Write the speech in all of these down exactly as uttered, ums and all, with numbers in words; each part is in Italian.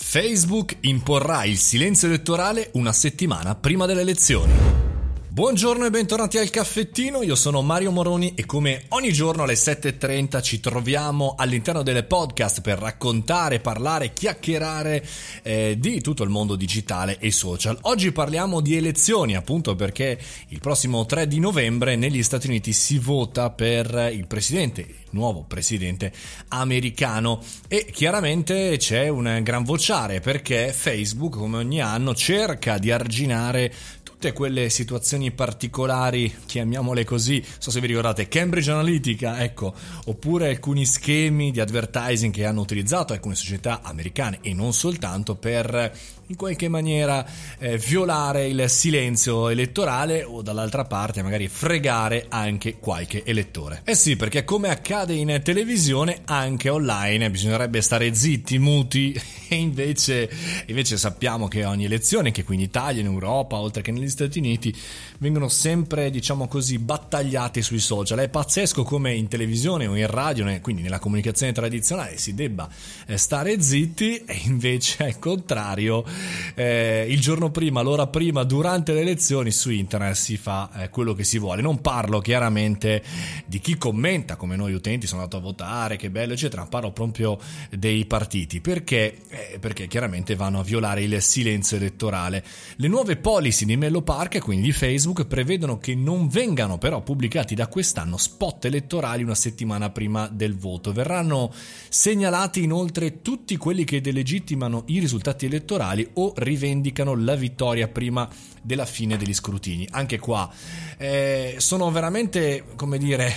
Facebook imporrà il silenzio elettorale una settimana prima delle elezioni. Buongiorno e bentornati al caffettino, io sono Mario Moroni e come ogni giorno alle sette e trenta ci troviamo all'interno delle podcast per raccontare, parlare, chiacchierare eh, di tutto il mondo digitale e social. Oggi parliamo di elezioni, appunto perché il prossimo tre di novembre negli Stati Uniti si vota per il presidente, il nuovo presidente americano, e chiaramente c'è un gran vociare perché Facebook, come ogni anno, cerca di arginare tutte quelle situazioni particolari, chiamiamole così, non so se vi ricordate Cambridge Analytica, ecco, oppure alcuni schemi di advertising che hanno utilizzato alcune società americane e non soltanto per in qualche maniera eh, violare il silenzio elettorale o dall'altra parte magari fregare anche qualche elettore. Eh sì, perché come accade in televisione, anche online bisognerebbe stare zitti, muti, e invece, invece sappiamo che ogni elezione, che qui in Italia, in Europa, oltre che negli Stati Uniti, vengono sempre, diciamo così, battagliati sui social. È pazzesco come in televisione o in radio, quindi nella comunicazione tradizionale, si debba stare zitti, e invece al contrario, eh, il giorno prima, l'ora prima, durante le elezioni su internet si fa eh, quello che si vuole. Non parlo chiaramente di chi commenta come noi utenti, sono andato a votare, che bello eccetera, parlo proprio dei partiti, perché, eh, perché chiaramente vanno a violare il silenzio elettorale. Le nuove policy di Menlo Park, quindi di Facebook, prevedono che non vengano però pubblicati da quest'anno spot elettorali una settimana prima del voto. Verranno segnalati inoltre tutti quelli che delegittimano i risultati elettorali o rivendicano la vittoria prima della fine degli scrutini. Anche qua eh, sono veramente, come dire,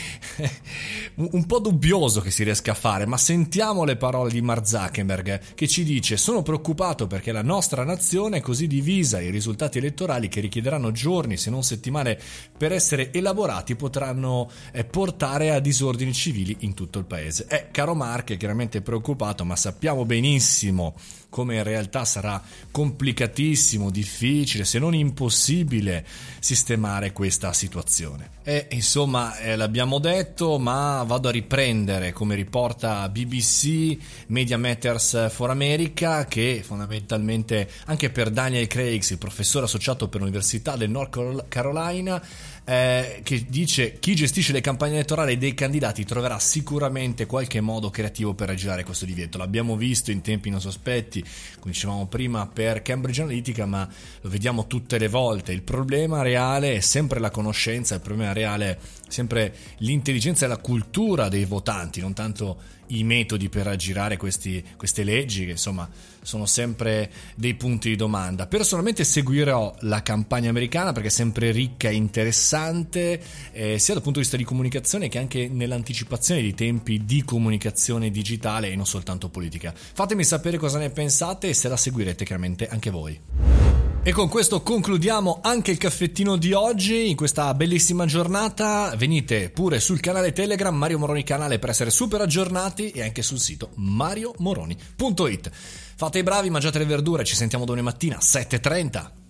un po' dubbioso che si riesca a fare, ma sentiamo le parole di Mark Zuckerberg, che ci dice: sono preoccupato perché la nostra nazione è così divisa, i risultati elettorali che richiederanno giorni se non settimane per essere elaborati potranno eh, portare a disordini civili in tutto il paese. Eh, caro Mark, è chiaramente preoccupato, ma sappiamo benissimo come in realtà sarà complicatissimo, difficile, se non impossibile, sistemare questa situazione. E insomma, eh, l'abbiamo detto, ma vado a riprendere, come riporta B B C Media Matters for America, che fondamentalmente anche per Daniel Craig, il professore associato per l'Università del North Carolina, eh, che dice: chi gestisce le campagne elettorali dei candidati troverà sicuramente qualche modo creativo per aggirare questo divieto. L'abbiamo visto in tempi non sospetti, come dicevamo prima, per Cambridge Analytica, ma lo vediamo tutte le volte. Il problema reale è sempre la conoscenza, il problema reale è sempre l'intelligenza e la cultura dei votanti, non tanto i metodi per aggirare questi, queste leggi, che insomma sono sempre dei punti di domanda. Personalmente seguirò la campagna americana perché è sempre ricca e interessante, eh, sia dal punto di vista di comunicazione che anche nell'anticipazione di tempi di comunicazione digitale e non soltanto politica. Fatemi sapere cosa ne pensate e se la seguirete chiaramente anche voi. E con questo concludiamo anche il caffettino di oggi, in questa bellissima giornata. Venite pure sul canale Telegram Mario Moroni Canale per essere super aggiornati, e anche sul sito mario moroni punto it. Fate i bravi, mangiate le verdure, ci sentiamo domani mattina sette e trenta.